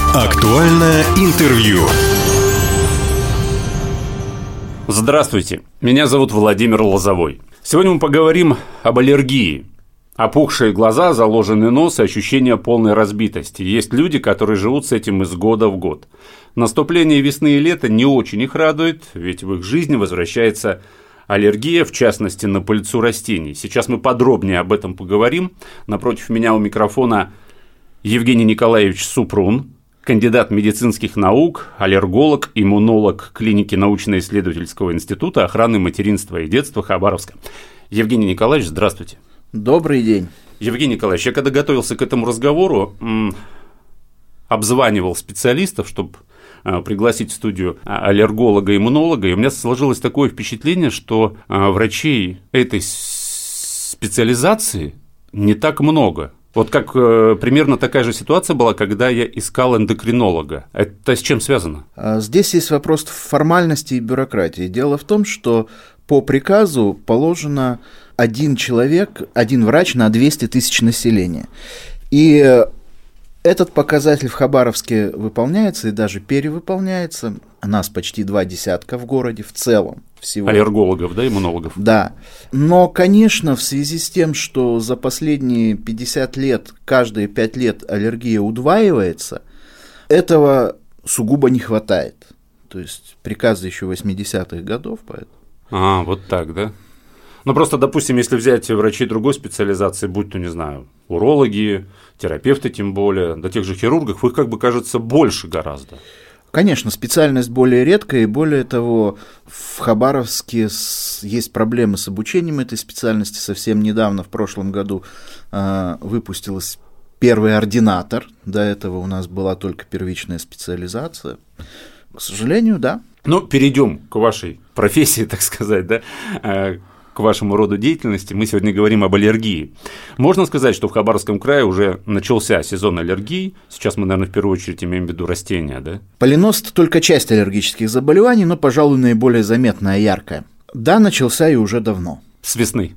Актуальное интервью. Здравствуйте, меня зовут Владимир Лозовой. Сегодня мы поговорим об аллергии. Опухшие глаза, заложенный нос и ощущение полной разбитости. Есть люди, которые живут с этим из года в год. Наступление весны и лета не очень их радует, ведь в их жизни возвращается аллергия, в частности, на пыльцу растений. Сейчас мы подробнее об этом поговорим. Напротив меня у микрофона Евгений Николаевич Супрун, кандидат медицинских наук, аллерголог, иммунолог клиники научно-исследовательского института охраны материнства и детства Хабаровска. Евгений Николаевич, здравствуйте. Добрый день. Евгений Николаевич, я когда готовился к этому разговору, обзванивал специалистов, чтобы пригласить в студию аллерголога, иммунолога, и у меня сложилось такое впечатление, что врачей этой специализации не так много. Вот как примерно такая же ситуация была, когда я искал эндокринолога. Это с чем связано? Здесь есть вопрос формальности и бюрократии. Дело в том, что по приказу положено один человек, один врач на 200 тысяч населения. И этот показатель в Хабаровске выполняется и даже перевыполняется. Нас почти 20 в городе в целом всего. Аллергологов, да, иммунологов? Да. Но, конечно, в связи с тем, что за последние 50 лет, каждые 5 лет аллергия удваивается, этого сугубо не хватает. То есть приказы еще 80-х годов, поэтому. Вот так, да? Ну, просто, допустим, если взять врачей другой специализации, будь то, не знаю, урологи, терапевты тем более, до тех же хирургов, их, как бы, кажется, больше гораздо. Конечно, специальность более редкая, и более того, в Хабаровске есть проблемы с обучением этой специальности. Совсем недавно, в прошлом году, выпустилась первый ординатор. До этого у нас была только первичная специализация. К сожалению, да. Ну, перейдем к вашей профессии, так сказать, да, к вашему роду деятельности. Мы сегодня говорим об аллергии. Можно сказать, что в Хабаровском крае уже начался сезон аллергии. Сейчас мы, наверное, в первую очередь имеем в виду растения, да? Полинос – это только часть аллергических заболеваний, но, пожалуй, наиболее заметная и яркая. Да, начался и уже давно. С весны?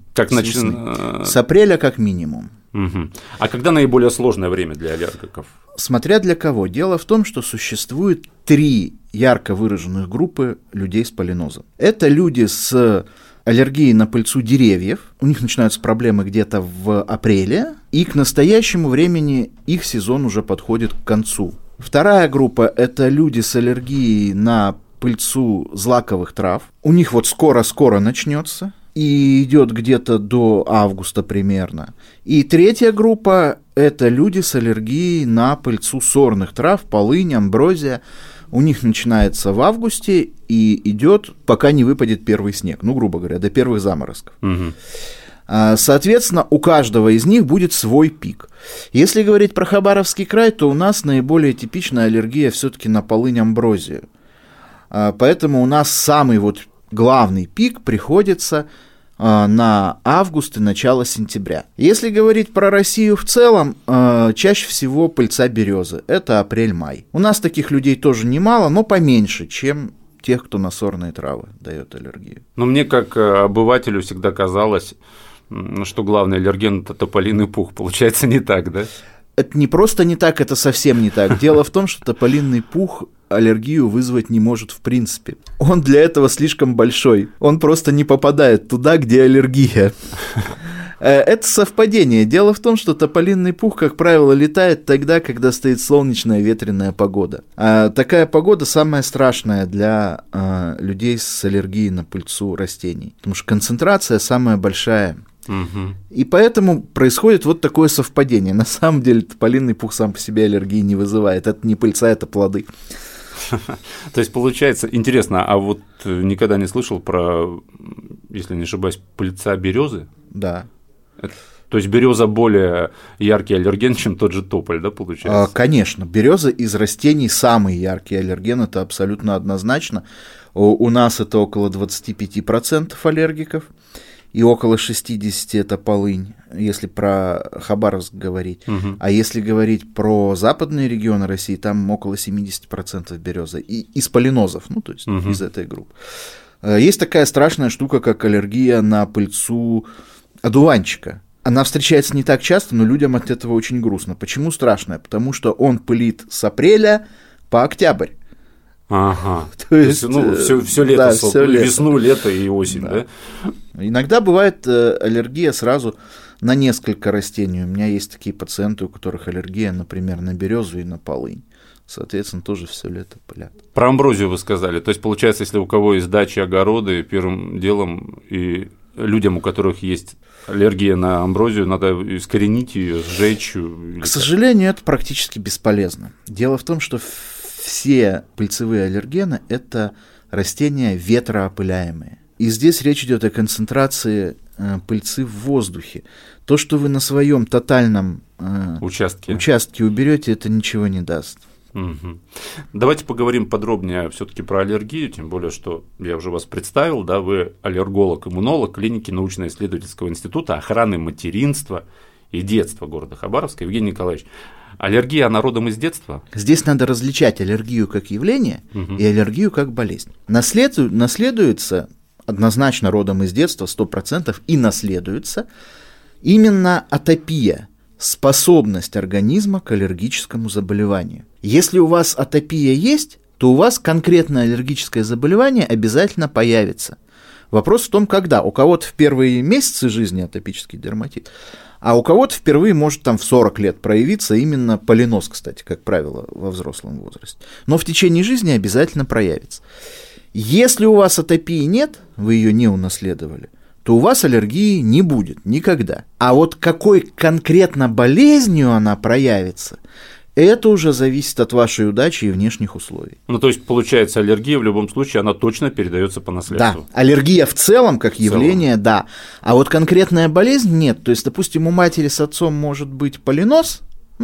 С апреля как минимум. Угу. А когда наиболее сложное время для аллергиков? Смотря для кого. Дело в том, что существует 3 ярко выраженных группы людей с полинозом. Это люди с аллергией на пыльцу деревьев, у них начинаются проблемы где-то в апреле, и к настоящему времени их сезон уже подходит к концу. Вторая группа – это люди с аллергией на пыльцу злаковых трав, у них вот скоро-скоро начнется, и идет где-то до августа примерно. И третья группа – это люди с аллергией на пыльцу сорных трав, полынь, амброзия. У них начинается в августе и идет, пока не выпадет первый снег, ну, грубо говоря, до первых заморозков. Угу. Соответственно, у каждого из них будет свой пик. Если говорить про Хабаровский край, то у нас наиболее типичная аллергия все-таки на полынь, амброзию. Поэтому у нас самый вот главный пик приходится на август и начало сентября. Если говорить про Россию в целом, чаще всего пыльца березы. Это апрель-май. У нас таких людей тоже немало, но поменьше, чем тех, кто на сорные травы дает аллергию. Но мне, как обывателю, всегда казалось, что главный аллерген – это тополиный пух. Получается, не так, да? Это не просто не так, это совсем не так. Дело в том, что тополиный пух аллергию вызвать не может в принципе. Он для этого слишком большой. Он просто не попадает туда, где аллергия. Это совпадение. Дело в том, что тополиный пух, как правило, летает тогда, когда стоит солнечная ветреная погода. А такая погода самая страшная для людей с аллергией на пыльцу растений. Потому что концентрация самая большая. Угу. И поэтому происходит вот такое совпадение. На самом деле тополиный пух сам по себе аллергии не вызывает. Это не пыльца, это плоды. То есть, получается, интересно, а вот никогда не слышал про, если не ошибаюсь, пыльца березы? Да. То есть береза более яркий аллерген, чем тот же тополь, да, получается? Конечно, береза из растений самый яркий аллерген, это абсолютно однозначно. У нас это около 25% аллергиков. И около 60% это полынь, если про Хабаровск говорить. Угу. А если говорить про западные регионы России, там около 70% береза. И из полинозов, ну, то есть из этой группы. Есть такая страшная штука, как аллергия на пыльцу одуванчика. Она встречается не так часто, но людям от этого очень грустно. Почему страшно? Потому что он пылит с апреля по октябрь. Ага. То есть, все лето, да, всё лето. Весну, лето и осень, да? Иногда бывает аллергия сразу на несколько растений. У меня есть такие пациенты, у которых аллергия, например, на березу и на полынь. Соответственно, тоже все лето пылят. Про амброзию вы сказали. То есть, получается, если у кого есть дачи, огороды, первым делом и людям, у которых есть аллергия на амброзию, надо искоренить ее, сжечь. К сожалению, это практически бесполезно. Дело в том, что все пыльцевые аллергены – это растения ветроопыляемые. И здесь речь идет о концентрации пыльцы в воздухе. То, что вы на своем тотальном участке уберете, это ничего не даст. Угу. Давайте поговорим подробнее все-таки про аллергию, тем более, что я уже вас представил, да, вы аллерголог-иммунолог клиники научно-исследовательского института охраны материнства и детства города Хабаровска. Евгений Николаевич, аллергия, она родом из детства? Здесь надо различать аллергию как явление и аллергию как болезнь. Наследуется однозначно родом из детства 100% и наследуется именно атопия, способность организма к аллергическому заболеванию. Если у вас атопия есть, то у вас конкретное аллергическое заболевание обязательно появится. Вопрос в том, когда. У кого-то в первые месяцы жизни атопический дерматит, а у кого-то впервые может там в 40 лет проявиться именно полинос, кстати, как правило, во взрослом возрасте. Но в течение жизни обязательно проявится. Если у вас атопии нет, вы ее не унаследовали, то у вас аллергии не будет никогда. А вот какой конкретно болезнью она проявится, это уже зависит от вашей удачи и внешних условий. Ну, то есть, получается, аллергия в любом случае, она точно передается по наследству. Да, аллергия в целом, как явление, да. А вот конкретная болезнь нет. То есть, допустим, у матери с отцом может быть полинос,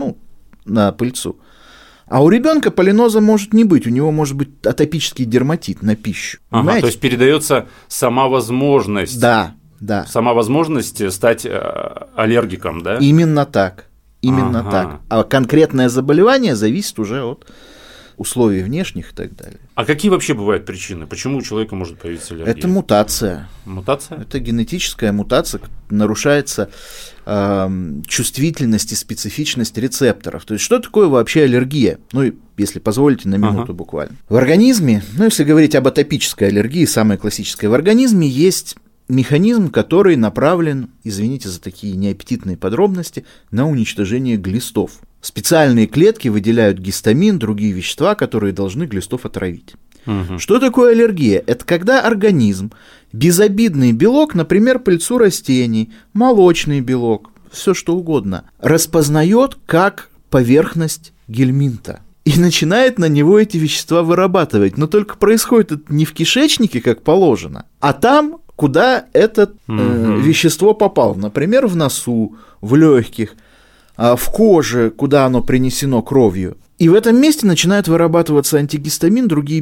на пыльцу, а у ребенка полиноза может не быть, у него может быть атопический дерматит на пищу. Ага, то есть передается сама возможность. Да. Сама возможность стать аллергиком, да? Именно так. Так. А конкретное заболевание зависит уже от условий внешних и так далее. А какие вообще бывают причины? Почему у человека может появиться аллергия? Это мутация. Мутация? Это генетическая мутация, нарушается чувствительность и специфичность рецепторов. То есть, что такое вообще аллергия? Если позволите, на минуту буквально. В организме, если говорить об атопической аллергии, самой классической, в организме есть механизм, который направлен, извините за такие неаппетитные подробности, на уничтожение глистов. Специальные клетки выделяют гистамин, другие вещества, которые должны глистов отравить. Что такое аллергия? Это когда организм безобидный белок, например, пыльцу растений, молочный белок, все что угодно, распознает как поверхность гельминта и начинает на него эти вещества вырабатывать. Но только происходит это не в кишечнике, как положено, а там, куда это вещество попало. Например, в носу, в легких, в коже, куда оно принесено кровью. И в этом месте начинают вырабатываться антигистамин,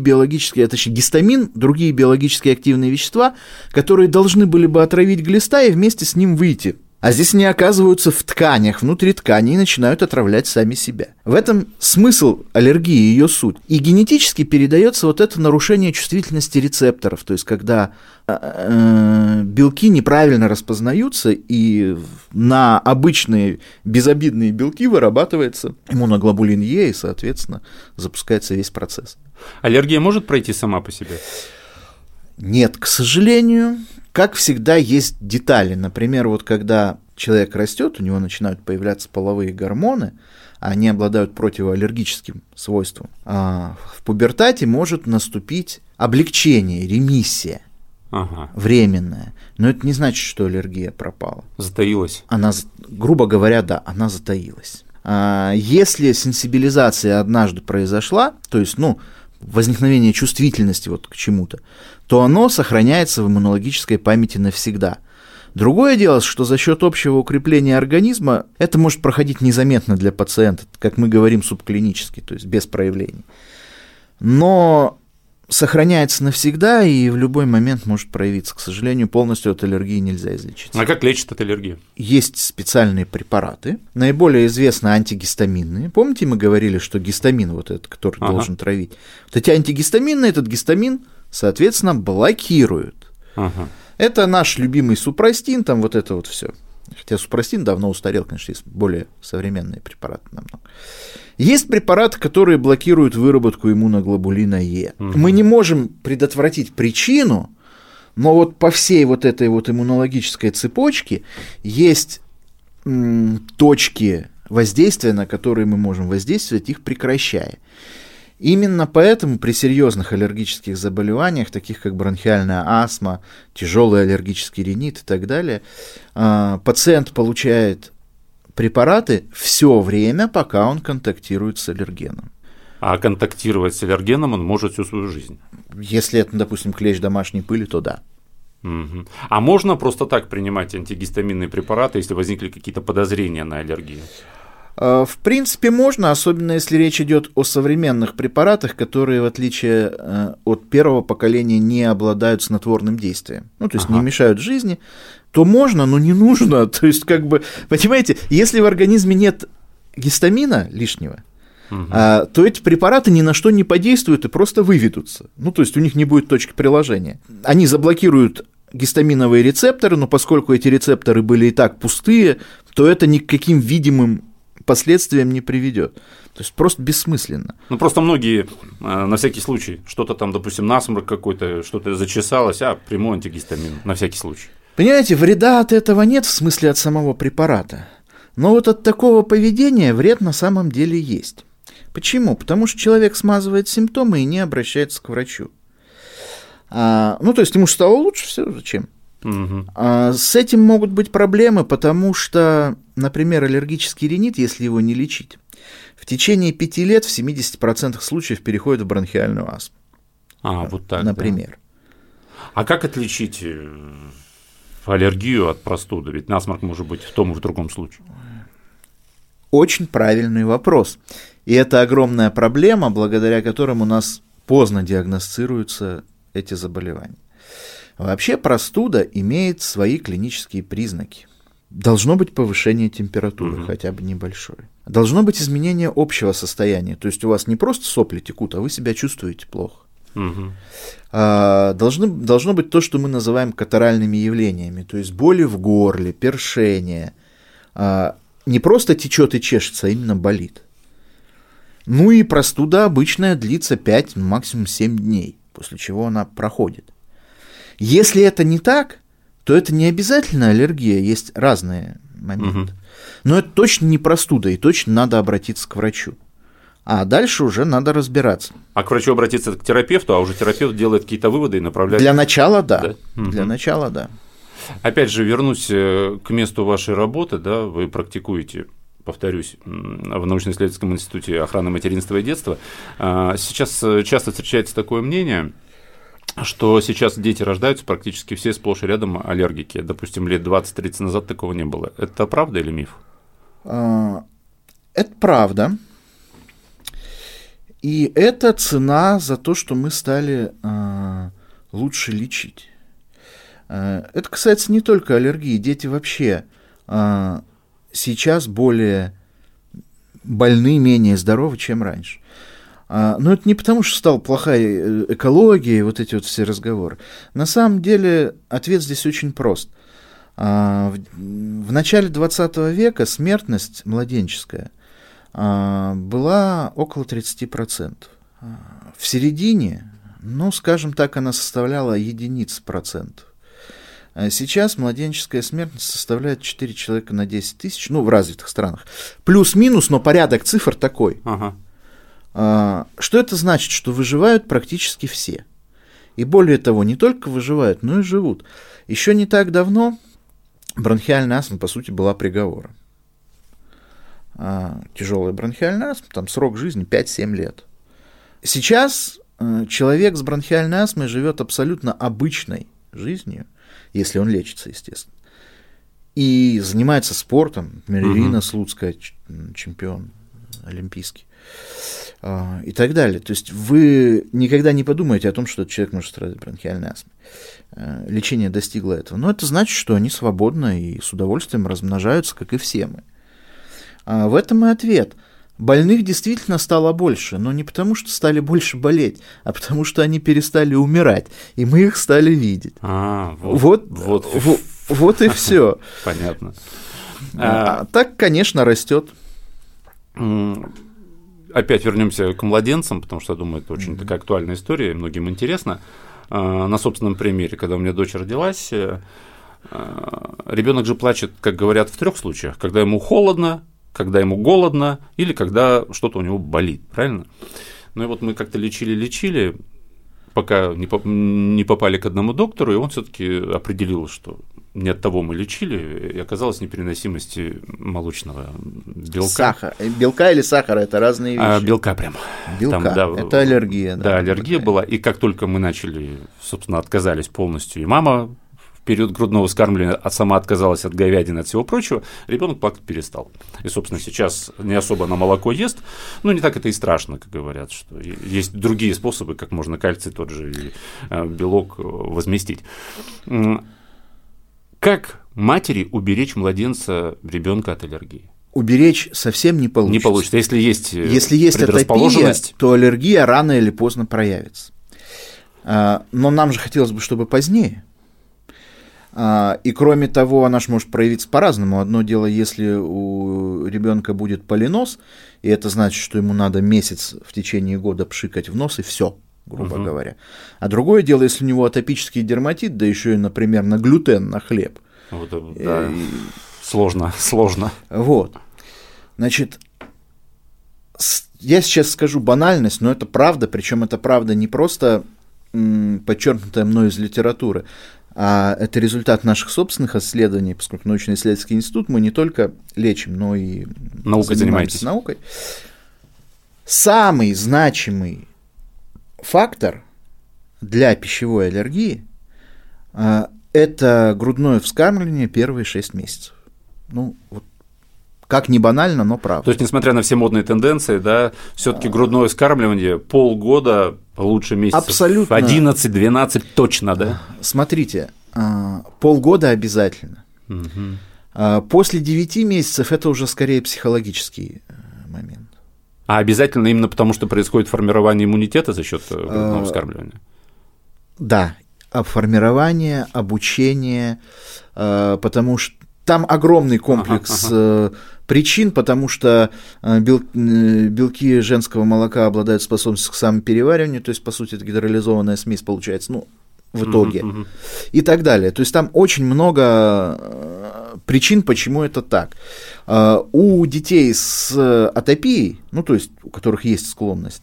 гистамин, другие биологически активные вещества, которые должны были бы отравить глиста и вместе с ним выйти. А здесь они оказываются в тканях, внутри тканей и начинают отравлять сами себя. В этом смысл аллергии, ее суть. И генетически передается вот это нарушение чувствительности рецепторов, то есть когда белки неправильно распознаются, и на обычные безобидные белки вырабатывается иммуноглобулин Е, и, соответственно, запускается весь процесс. Аллергия может пройти сама по себе? Нет, к сожалению. Как всегда, есть детали. Например, вот когда человек растет, у него начинают появляться половые гормоны, а они обладают противоаллергическим свойством. А в пубертате может наступить облегчение, ремиссия, временная. Но это не значит, что аллергия пропала. Затаилась? Она, грубо говоря, да, она затаилась. Если сенсибилизация однажды произошла, то есть, возникновение чувствительности вот к чему-то, то оно сохраняется в иммунологической памяти навсегда. Другое дело, что за счет общего укрепления организма это может проходить незаметно для пациента, как мы говорим, субклинически, то есть без проявлений. Но сохраняется навсегда и в любой момент может проявиться. К сожалению, полностью от аллергии нельзя излечиться. А как лечат от аллергии? Есть специальные препараты, наиболее известны антигистаминные. Помните, мы говорили, что гистамин вот этот, который должен травить? Вот эти антигистаминные, этот гистамин, соответственно, блокируют. Это наш любимый супрастин, там вот это вот все. Хотя супрастин давно устарел, конечно, есть более современные препараты намного. Есть препараты, которые блокируют выработку иммуноглобулина Е. Мы не можем предотвратить причину, но вот по всей вот этой вот иммунологической цепочке есть точки воздействия, на которые мы можем воздействовать, их прекращая. Именно поэтому при серьезных аллергических заболеваниях, таких как бронхиальная астма, тяжелый аллергический ринит и так далее, пациент получает препараты все время, пока он контактирует с аллергеном. А контактировать с аллергеном он может всю свою жизнь? Если это, допустим, клещ домашней пыли, то да. Угу. А можно просто так принимать антигистаминные препараты, если возникли какие-то подозрения на аллергию? В принципе, можно, особенно если речь идет о современных препаратах, которые, в отличие от первого поколения, не обладают снотворным действием. Ну, то есть не мешают жизни, то можно, но не нужно. То есть, как бы, понимаете, если в организме нет гистамина лишнего, то эти препараты ни на что не подействуют и просто выведутся. Ну, то есть у них не будет точки приложения. Они заблокируют гистаминовые рецепторы, но поскольку эти рецепторы были и так пустые, то это ни к каким видимым последствиям не приведет. То есть просто бессмысленно. Ну, просто многие на всякий случай, что-то там, допустим, насморк какой-то, что-то зачесалось, приму антигистамин, на всякий случай. Понимаете, вреда от этого нет, в смысле от самого препарата. Но вот от такого поведения вред на самом деле есть. Почему? Потому что человек смазывает симптомы и не обращается к врачу. Ну, то есть ему стало лучше, все, зачем? С этим могут быть проблемы, потому что, например, аллергический ринит, если его не лечить, в течение 5 лет в 70% случаев переходит в бронхиальную астму. Вот так. Например. Да. А как отличить аллергию от простуды? Ведь насморк может быть в том и в другом случае. Очень правильный вопрос. И это огромная проблема, благодаря которым у нас поздно диагностируются эти заболевания. Вообще простуда имеет свои клинические признаки. Должно быть повышение температуры, хотя бы небольшое. Должно быть изменение общего состояния. То есть у вас не просто сопли текут, а вы себя чувствуете плохо. Должно быть то, что мы называем катаральными явлениями. То есть боли в горле, першение. Не просто течет и чешется, а именно болит. Ну и простуда обычная длится 5, максимум 7 дней, после чего она проходит. Если это не так, то это не обязательно аллергия, есть разные моменты. Но это точно не простуда, и точно надо обратиться к врачу. А дальше уже надо разбираться. А к врачу обратиться к терапевту, а уже терапевт делает какие-то выводы и направляет? Для начала да. Для начала да. Опять же, вернусь к месту вашей работы, да, вы практикуете, повторюсь, в научно-исследовательском институте охраны материнства и детства. Сейчас часто встречается такое мнение, что сейчас дети рождаются практически все сплошь и рядом аллергики. Допустим, лет 20-30 назад такого не было. Это правда или миф? Это правда. И это цена за то, что мы стали лучше лечить. Это касается не только аллергии. Дети вообще сейчас более больны, менее здоровы, чем раньше. Но это не потому, что стала плохая экология и вот эти вот все разговоры. На самом деле ответ здесь очень прост. В начале 20 века смертность младенческая была около 30%. В середине, скажем так, она составляла единиц процентов. Сейчас младенческая смертность составляет 4 человека на 10 тысяч, в развитых странах. Плюс-минус, но порядок цифр такой. Что это значит? Что выживают практически все. И более того, не только выживают, но и живут. Еще не так давно бронхиальная астма, по сути, была приговором. Тяжелая бронхиальная астма, там срок жизни 5-7 лет. Сейчас человек с бронхиальной астмой живет абсолютно обычной жизнью, если он лечится, естественно, и занимается спортом. Например, Ирина Слуцкая, чемпион олимпийский, и так далее. То есть вы никогда не подумаете о том, что этот человек может страдать бронхиальной астмой. Лечение достигло этого. Но это значит, что они свободно и с удовольствием размножаются, как и все мы. В этом и ответ. Больных действительно стало больше, но не потому, что стали больше болеть, а потому, что они перестали умирать, и мы их стали видеть. Вот Вот и все. Понятно. Так, конечно, растет. Опять вернемся к младенцам, потому что, я думаю, это очень такая актуальная история, и многим интересно. На собственном примере, когда у меня дочь родилась, ребенок же плачет, как говорят, в 3 случаях: когда ему холодно, когда ему голодно или когда что-то у него болит, правильно? Ну и вот мы как-то лечили, пока не попали к одному доктору, и он все-таки определил, что не от того мы лечили, и оказалось непереносимости молочного белка. Белка или сахара – это разные вещи. Белка прям. Белка, там, да, это аллергия. Да, аллергия была, и как только мы начали, собственно, отказались полностью, и мама в период грудного вскармливания сама отказалась от говядины, от всего прочего, ребенок плакать перестал. И, собственно, сейчас не особо на молоко ест, но не так это и страшно, как говорят, что есть другие способы, как можно кальций тот же и белок возместить. Как матери уберечь младенца, ребенка от аллергии? Уберечь совсем не получится. Не получится. Если есть предрасположенность, атопия, то аллергия рано или поздно проявится. Но нам же хотелось бы, чтобы позднее. И кроме того, она же может проявиться по-разному. Одно дело, если у ребенка будет полинос, и это значит, что ему надо месяц в течение года пшикать в нос, и все, грубо говоря. А другое дело, если у него атопический дерматит, да еще и, например, на глютен, на хлеб. Вот, да. Сложно. Вот. Значит, я сейчас скажу банальность, но это правда, причем это правда не просто подчеркнутая мной из литературы, а это результат наших собственных исследований, поскольку научно-исследовательский институт мы не только лечим, но и занимаемся наукой. Самый значимый фактор для пищевой аллергии – это грудное вскармливание первые 6 месяцев. Ну, вот как ни банально, но правда. То есть, несмотря на все модные тенденции, да, все-таки грудное вскармливание полгода лучше месяцев. Абсолютно. 11-12 точно, да? Смотрите, полгода обязательно. После 9 месяцев это уже скорее психологический момент. А обязательно именно потому, что происходит формирование иммунитета за счет грудного вскармливания? Да, формирование, обучение, потому что там огромный комплекс причин, потому что белки женского молока обладают способностью к самоперевариванию, то есть, по сути, это гидролизованная смесь получается, ну, в итоге, и так далее. То есть, там очень много причин, почему это так. У детей с атопией, ну, то есть, у которых есть склонность,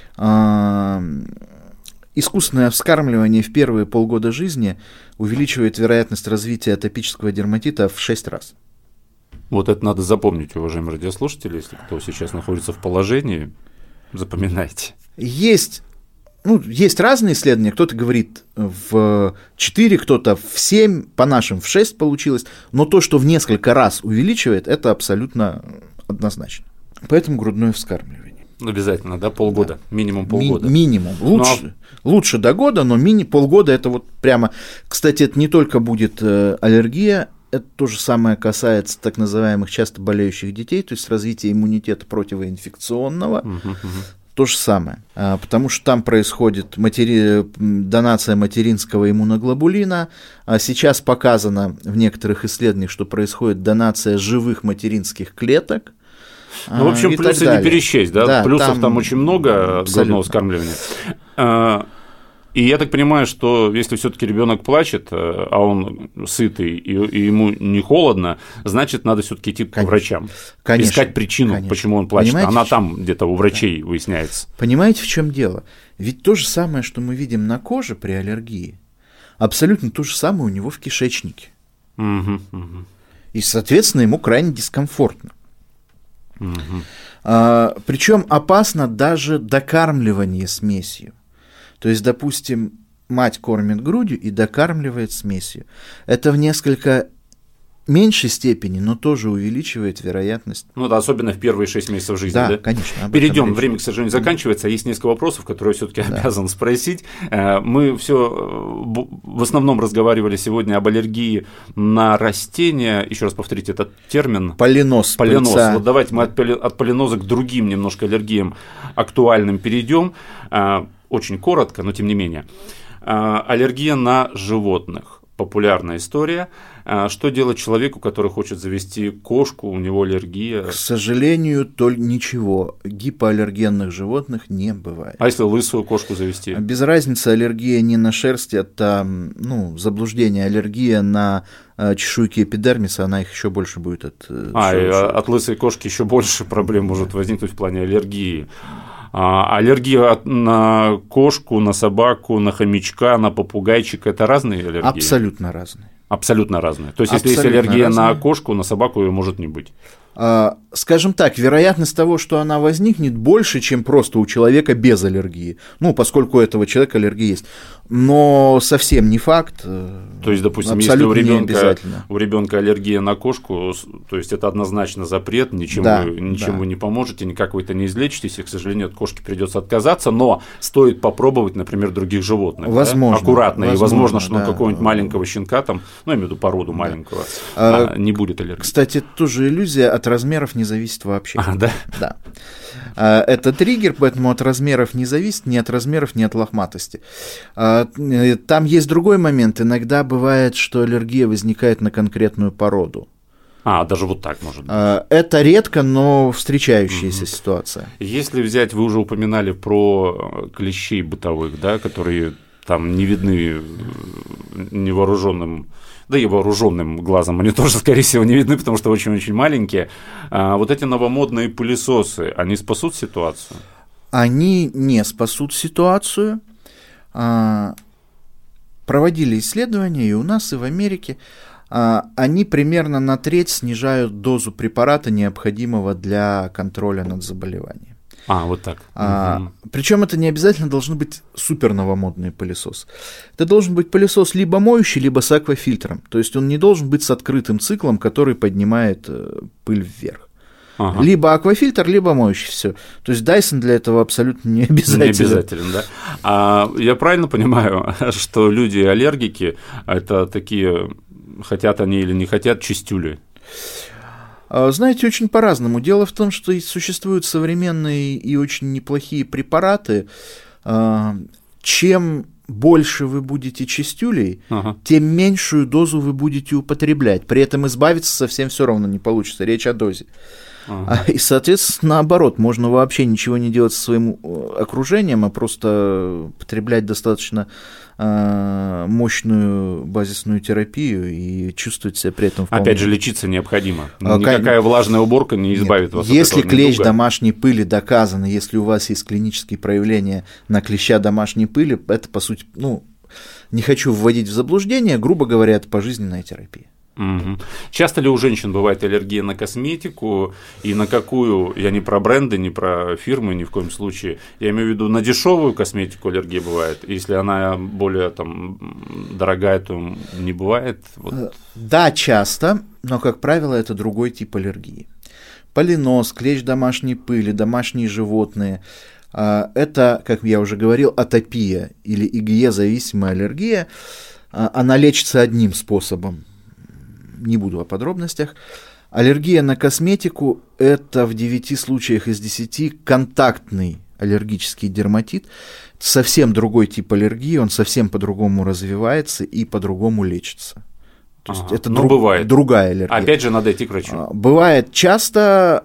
искусственное вскармливание в первые полгода жизни увеличивает вероятность развития атопического дерматита в 6 раз. Вот это надо запомнить, уважаемые радиослушатели, если кто сейчас находится в положении, запоминайте. Есть разные исследования, кто-то говорит в 4, кто-то в 7, по нашим в 6 получилось, но то, что в несколько раз увеличивает, это абсолютно однозначно. Поэтому грудное вскармливание. Обязательно, да, полгода, да. Минимум полгода. Минимум. Лучше до года, но полгода это вот прямо. Кстати, это не только будет аллергия, это то же самое касается так называемых часто болеющих детей, то есть развития иммунитета противоинфекционного. То же самое, потому что там происходит донация материнского иммуноглобулина. Сейчас показано в некоторых исследованиях, что происходит донация живых материнских клеток. Ну, в общем, плюсы не пересчесть, да? Да, плюсов там очень много от грудного вскармливания. И я так понимаю, что если все-таки ребенок плачет, а он сытый и ему не холодно, значит, надо все-таки идти к врачам. Искать причину, почему он плачет. Понимаете, она там где-то у врачей выясняется. Понимаете, в чем дело? Ведь то же самое, что мы видим на коже при аллергии, абсолютно то же самое у него в кишечнике. И, соответственно, ему крайне дискомфортно. Причем опасно даже докармливание смесью. То есть, допустим, мать кормит грудью и докармливает смесью. Это в несколько меньшей степени, но тоже увеличивает вероятность. Ну да, особенно в первые 6 месяцев жизни. Да, конечно. Перейдем, время, к сожалению, заканчивается. Есть несколько вопросов, которые я все-таки обязан спросить. Мы все в основном разговаривали сегодня об аллергии на растения. Еще раз повторите этот термин. Полинос. Вот давайте мы от полиноза к другим немножко аллергиям актуальным перейдем. Очень коротко, но тем не менее. Аллергия на животных. популярная история. Что делать человеку, который хочет завести кошку, у него аллергия? К сожалению, только ничего. Гипоаллергенных животных не бывает. А если лысую кошку завести? Без разницы, аллергия не на шерсть, это заблуждение. Аллергия на чешуйки эпидермиса, она их еще больше будет от лысой кошки еще больше проблем может возникнуть в плане аллергии. Аллергия на кошку, на собаку, на хомячка, на попугайчика – это разные аллергии? Абсолютно разные. Абсолютно разные. То есть, если есть аллергия на кошку, на собаку ее может не быть? Скажем так, вероятность того, что она возникнет, больше, чем просто у человека без аллергии. Поскольку у этого человека аллергия есть. Но совсем не факт. То есть, допустим, если у ребенка аллергия на кошку, то есть это однозначно запрет, ничем вы не поможете, никак вы это не излечитесь, и, к сожалению, от кошки придется отказаться, но стоит попробовать, например, других животных. Возможно. Аккуратно. И возможно, что на какого-нибудь маленького щенка, я имею в виду породу маленького, не будет аллергии. Кстати, тоже иллюзия, от размеров не зависит вообще. Да? Да. Это триггер, поэтому от размеров не зависит, ни от размеров, ни от лохматости. Там есть другой момент. Иногда бывает, что аллергия возникает на конкретную породу. Даже вот так может быть. Это редко, но встречающаяся ситуация. Если взять, вы уже упоминали про клещей бытовых, да, которые там не видны невооруженным, да и вооруженным глазом они тоже, скорее всего, не видны, потому что очень-очень маленькие. Вот эти новомодные пылесосы, они спасут ситуацию? Они не спасут ситуацию. Проводили исследования и у нас, и в Америке. Они примерно на треть снижают дозу препарата, необходимого для контроля над заболеванием. Вот так. Причем это не обязательно должны быть супер новомодные пылесосы. Это должен быть пылесос либо моющий, либо с аквафильтром. То есть он не должен быть с открытым циклом, который поднимает пыль вверх. Либо аквафильтр, либо моющий, все. То есть Dyson для этого абсолютно не обязательно. Не обязательно, да. Я правильно понимаю, что люди-аллергики – это такие, хотят они или не хотят, чистюли? Знаете, очень по-разному. Дело в том, что существуют современные и очень неплохие препараты. Чем больше вы будете чистюлей, тем меньшую дозу вы будете употреблять. При этом избавиться совсем все равно не получится. Речь о дозе. И, соответственно, наоборот, можно вообще ничего не делать со своим окружением, а просто потреблять достаточно мощную базисную терапию и чувствовать себя при этом вполне. Опять же, лечиться необходимо. Никакая влажная уборка не избавит вас от этого. Если клещ домашней пыли доказано, если у вас есть клинические проявления на клеща домашней пыли, это, по сути, не хочу вводить в заблуждение, грубо говоря, это пожизненная терапия. Часто ли у женщин бывает аллергия на косметику, и на какую, я не про бренды, не про фирмы ни в коем случае, я имею в виду на дешевую косметику аллергия бывает, если она более дорогая, то не бывает? Да, часто, но, как правило, это другой тип аллергии. Полинос, клещ домашней пыли, домашние животные – это, как я уже говорил, атопия или IgE-зависимая аллергия, она лечится одним способом. Не буду о подробностях. Аллергия на косметику – это в 9 случаях из 10 контактный аллергический дерматит. Совсем другой тип аллергии, он совсем по-другому развивается и по-другому лечится. То есть это другая аллергия. Опять же, надо идти к врачу. Бывает часто,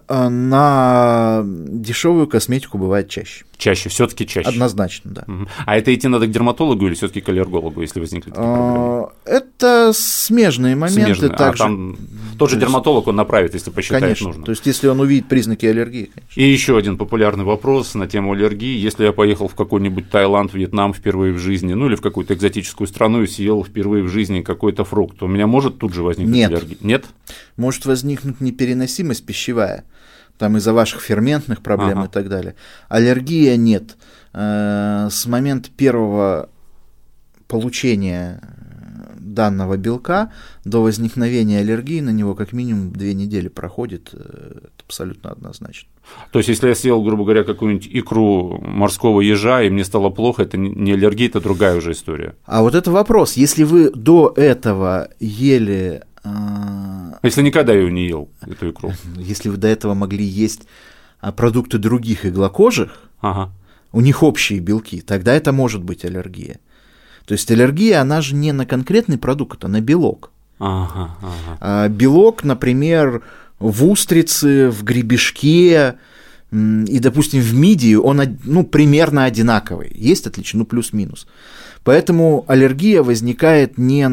на дешевую косметику бывает чаще. Чаще, все-таки чаще. Однозначно, да. А это идти надо к дерматологу или все-таки к аллергологу, если возникли такие проблемы? Это смежные моменты. Также... там тот же дерматолог он направит, если посчитает нужно. То есть, если он увидит признаки аллергии, конечно. И еще один популярный вопрос на тему аллергии. Если я поехал в какой-нибудь Таиланд, Вьетнам впервые в жизни, или в какую-то экзотическую страну и съел впервые в жизни какой-то фрукт, у меня может тут же возникнуть аллергия? Нет? Может возникнуть непереносимость пищевая. Там из-за ваших ферментных проблем и так далее. Аллергия нет. С момента первого получения данного белка до возникновения аллергии на него как минимум 2 недели проходит, это абсолютно однозначно. То есть, если я съел, грубо говоря, какую-нибудь икру морского ежа, и мне стало плохо, это не аллергия, это другая уже история. А вот это вопрос. Если вы до этого ели... Если никогда ее не ел, эту икру. Если вы до этого могли есть продукты других иглокожих, у них общие белки, тогда это может быть аллергия. То есть аллергия, она же не на конкретный продукт, а на белок. Белок, например, в устрице, в гребешке и, допустим, в мидии, он примерно одинаковый. Есть отличие, плюс-минус. Поэтому аллергия возникает не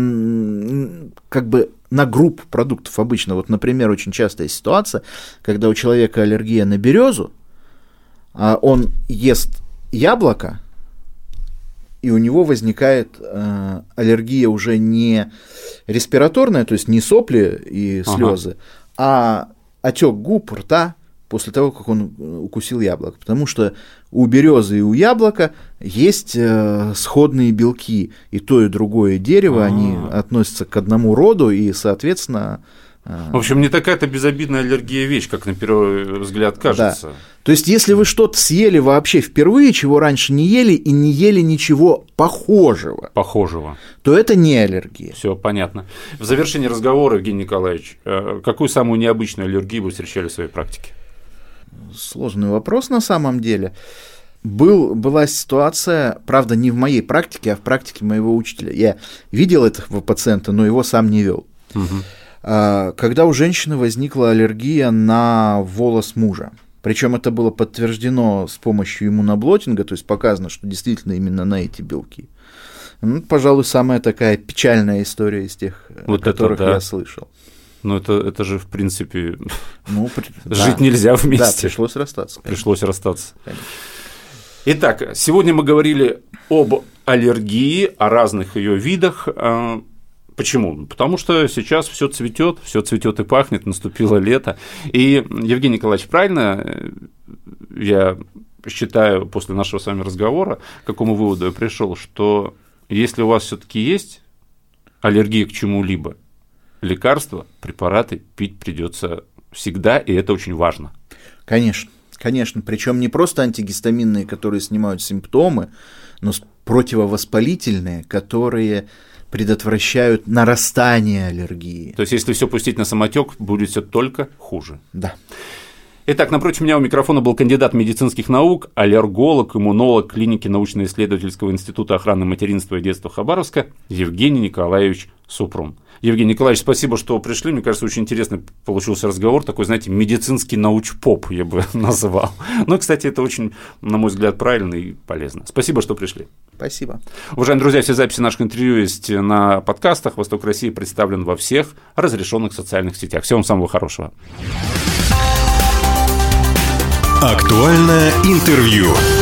на группу продуктов обычно. Вот, например, очень частая ситуация, когда у человека аллергия на березу, он ест яблоко, и у него возникает аллергия уже не респираторная, то есть не сопли и слезы, а отек губ, рта после того, как он укусил яблоко. Потому что у березы и у яблока есть сходные белки, и то, и другое дерево, они относятся к одному роду, и, соответственно... В общем, не такая-то безобидная аллергия вещь, как на первый взгляд кажется. Да. То есть, если вы что-то съели вообще впервые, чего раньше не ели, и не ели ничего похожего, то это не аллергия. Все понятно. В завершении разговора, Евгений Николаевич, какую самую необычную аллергию вы встречали в своей практике? Сложный вопрос на самом деле. Была ситуация, правда, не в моей практике, а в практике моего учителя. Я видел этого пациента, но его сам не вел. Когда у женщины возникла аллергия на волос мужа. Причем это было подтверждено с помощью иммуноблотинга, то есть показано, что действительно именно на эти белки. Пожалуй, самая такая печальная история из тех, о которых я слышал. Ну, это же, в принципе, жить нельзя вместе. Да, пришлось расстаться. Конечно. Итак, сегодня мы говорили об аллергии, о разных ее видах. Почему? Потому что сейчас все цветет и пахнет, наступило лето. И, Евгений Николаевич, правильно я считаю, после нашего с вами разговора, к какому выводу я пришел, что если у вас все-таки есть аллергия к чему-либо, лекарства, препараты пить придется всегда, и это очень важно. Конечно. Причем не просто антигистаминные, которые снимают симптомы, но противовоспалительные, которые предотвращают нарастание аллергии. То есть, если все пустить на самотек, будет все только хуже. Да. Итак, напротив меня у микрофона был кандидат медицинских наук, аллерголог, иммунолог клиники научно-исследовательского института охраны материнства и детства Хабаровска Евгений Николаевич Супрун. Евгений Николаевич, спасибо, что пришли. Мне кажется, очень интересный получился разговор. Такой, знаете, медицинский науч-поп, я бы называл. Но, кстати, это очень, на мой взгляд, правильно и полезно. Спасибо, что пришли. Спасибо. Уважаемые друзья, все записи наших интервью есть на подкастах. «Восток России» представлен во всех разрешенных социальных сетях. Всего вам самого хорошего. Актуальное интервью.